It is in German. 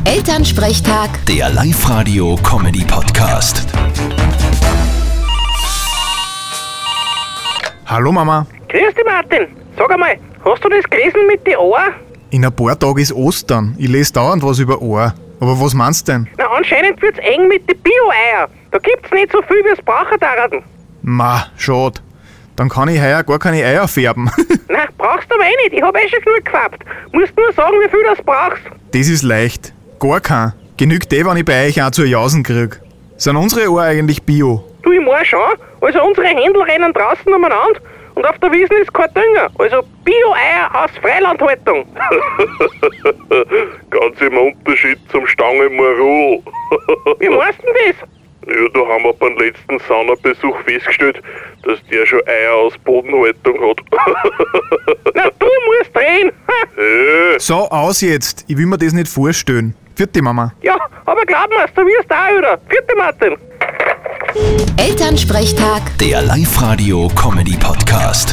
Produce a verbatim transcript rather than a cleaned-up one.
Elternsprechtag, Der Live-Radio-Comedy-Podcast. Hallo Mama. Grüß dich, Martin. Sag einmal, hast du das gelesen mit den Ohren? In ein paar Tagen ist Ostern. Ich lese dauernd was über Ohr. Aber was meinst du denn? Na, anscheinend wird's eng mit den Bio-Eier. Da gibt's nicht so viel, wie es brauchen darf. Ma, schade. Dann kann ich heuer gar keine Eier färben. Na, brauchst du aber eh nicht. Ich hab eh schon genug gefärbt. Musst nur sagen, wie viel du brauchst. Das ist leicht. Gar kein. Genügt eh, wenn ich bei euch auch zur Jausen krieg. Sind unsere Ohr eigentlich bio? Du, ich mein schon. Also unsere Händel rennen draußen umeinander und auf der Wiesn ist kein Dünger. Also Bio-Eier aus Freilandhaltung. Ganz im Unterschied zum Stangenmarul. Wie meinst du denn das? Ja, da haben wir beim letzten Saunabesuch festgestellt, dass der schon Eier aus Bodenhaltung hat. Na, du musst drehen. Äh, So, aus jetzt. Ich will mir das nicht vorstellen. Vierte Mama. Ja, aber glaub mir's, du wirst auch wieder. Vierte Martin. Elternsprechtag. Der Live-Radio-Comedy-Podcast.